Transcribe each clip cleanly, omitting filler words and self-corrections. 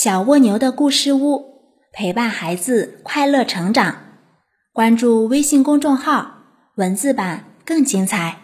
小蜗牛的故事屋，陪伴孩子快乐成长。关注微信公众号，文字版更精彩。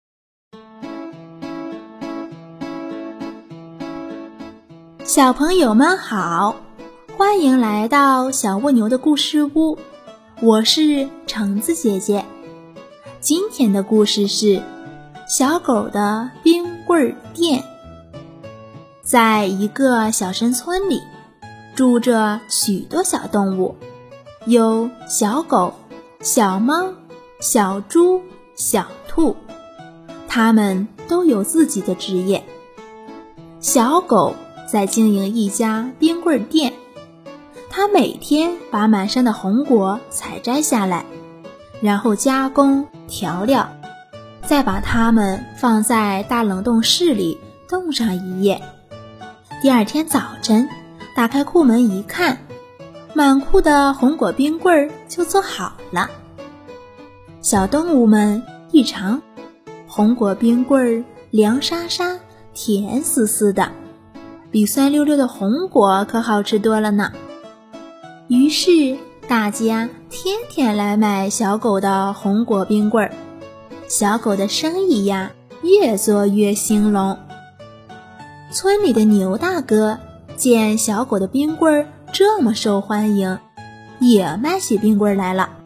小朋友们好，欢迎来到小蜗牛的故事屋，我是橙子姐姐。今天的故事是小狗的冰棍店。在一个小山村里，住着许多小动物，有小狗、小猫、小猪、小兔，它们都有自己的职业。小狗在经营一家冰棍店，它每天把满山的红果采摘下来，然后加工调料，再把它们放在大冷冻室里冻上一夜。第二天早晨，打开库门一看，满库的红果冰棍就做好了。小动物们一尝，红果冰棍凉沙沙，甜丝丝的，比酸溜溜的红果可好吃多了呢。于是大家天天来买小狗的红果冰棍，小狗的生意呀越做越兴隆。村里的牛大哥见小狗的冰棍这么受欢迎，也卖起冰棍来了。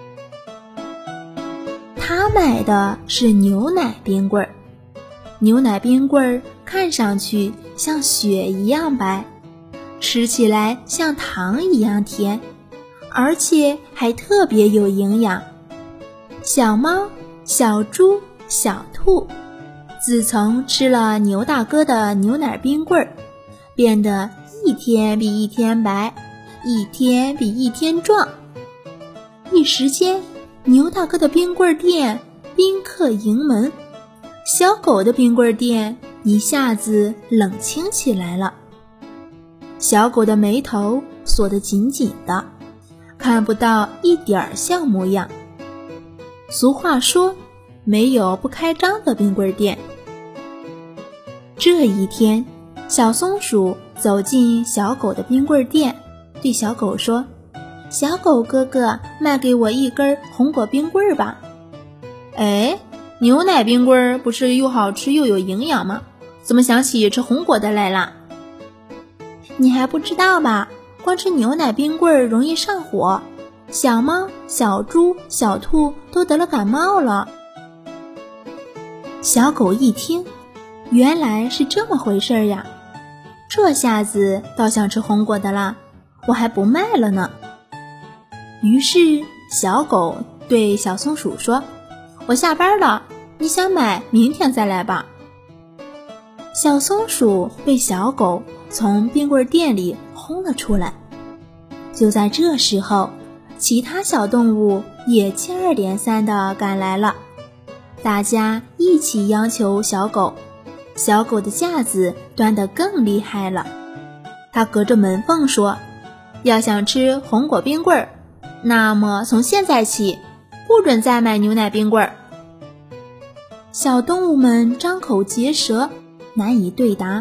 他卖的是牛奶冰棍，牛奶冰棍看上去像雪一样白，吃起来像糖一样甜，而且还特别有营养。小猫、小猪、小兔自从吃了牛大哥的牛奶冰棍，变得一天比一天白，一天比一天壮。一时间，牛大哥的冰棍店宾客盈门，小狗的冰棍店一下子冷清起来了。小狗的眉头锁得紧紧的，看不到一点像模样。俗话说，没有不开张的冰棍店。这一天，小松鼠走进小狗的冰棍店，对小狗说：“小狗哥哥，卖给我一根红果冰棍吧。”哎，牛奶冰棍不是又好吃又有营养吗？怎么想起吃红果的来了？你还不知道吧？光吃牛奶冰棍容易上火，小猫、小猪、小兔都得了感冒了。小狗一听，原来是这么回事呀，这下子倒想吃红果的啦，我还不卖了呢。于是小狗对小松鼠说：“我下班了，你想买明天再来吧。”小松鼠被小狗从冰棍店里轰了出来。就在这时候，其他小动物也接二连三地赶来了，大家一起央求小狗。小狗的架子端得更厉害了，它隔着门缝说：“要想吃红果冰棍，那么从现在起不准再买牛奶冰棍。”小动物们张口结舌，难以对答。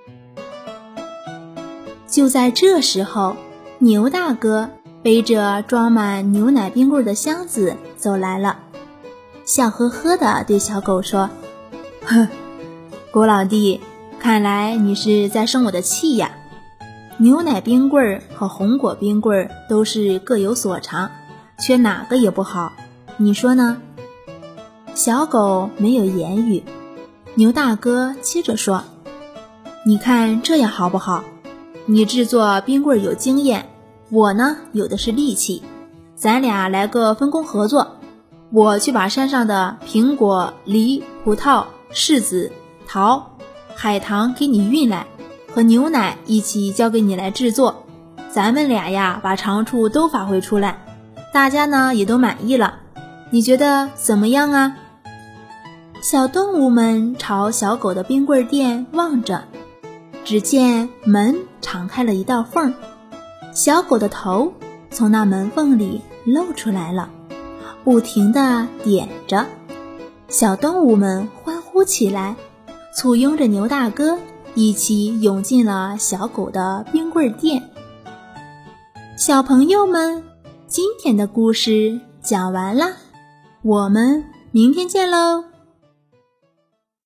就在这时候，牛大哥背着装满牛奶冰棍的箱子走来了，笑呵呵地对小狗说：“哼，狗老弟，看来你是在生我的气呀。牛奶冰棍和红果冰棍都是各有所长，缺哪个也不好，你说呢？”小狗没有言语。牛大哥接着说：“你看这样好不好？你制作冰棍有经验，我呢有的是力气，咱俩来个分工合作。我去把山上的苹果、梨、葡萄、柿子、桃、海棠给你运来，和牛奶一起交给你来制作。咱们俩呀，把长处都发挥出来，大家呢也都满意了。你觉得怎么样啊？”小动物们朝小狗的冰棍店望着，只见门敞开了一道缝，小狗的头从那门缝里露出来了，不停地点着。小动物们欢呼起来，簇拥着牛大哥一起涌进了小狗的冰棍店。小朋友们，今天的故事讲完啦，我们明天见喽。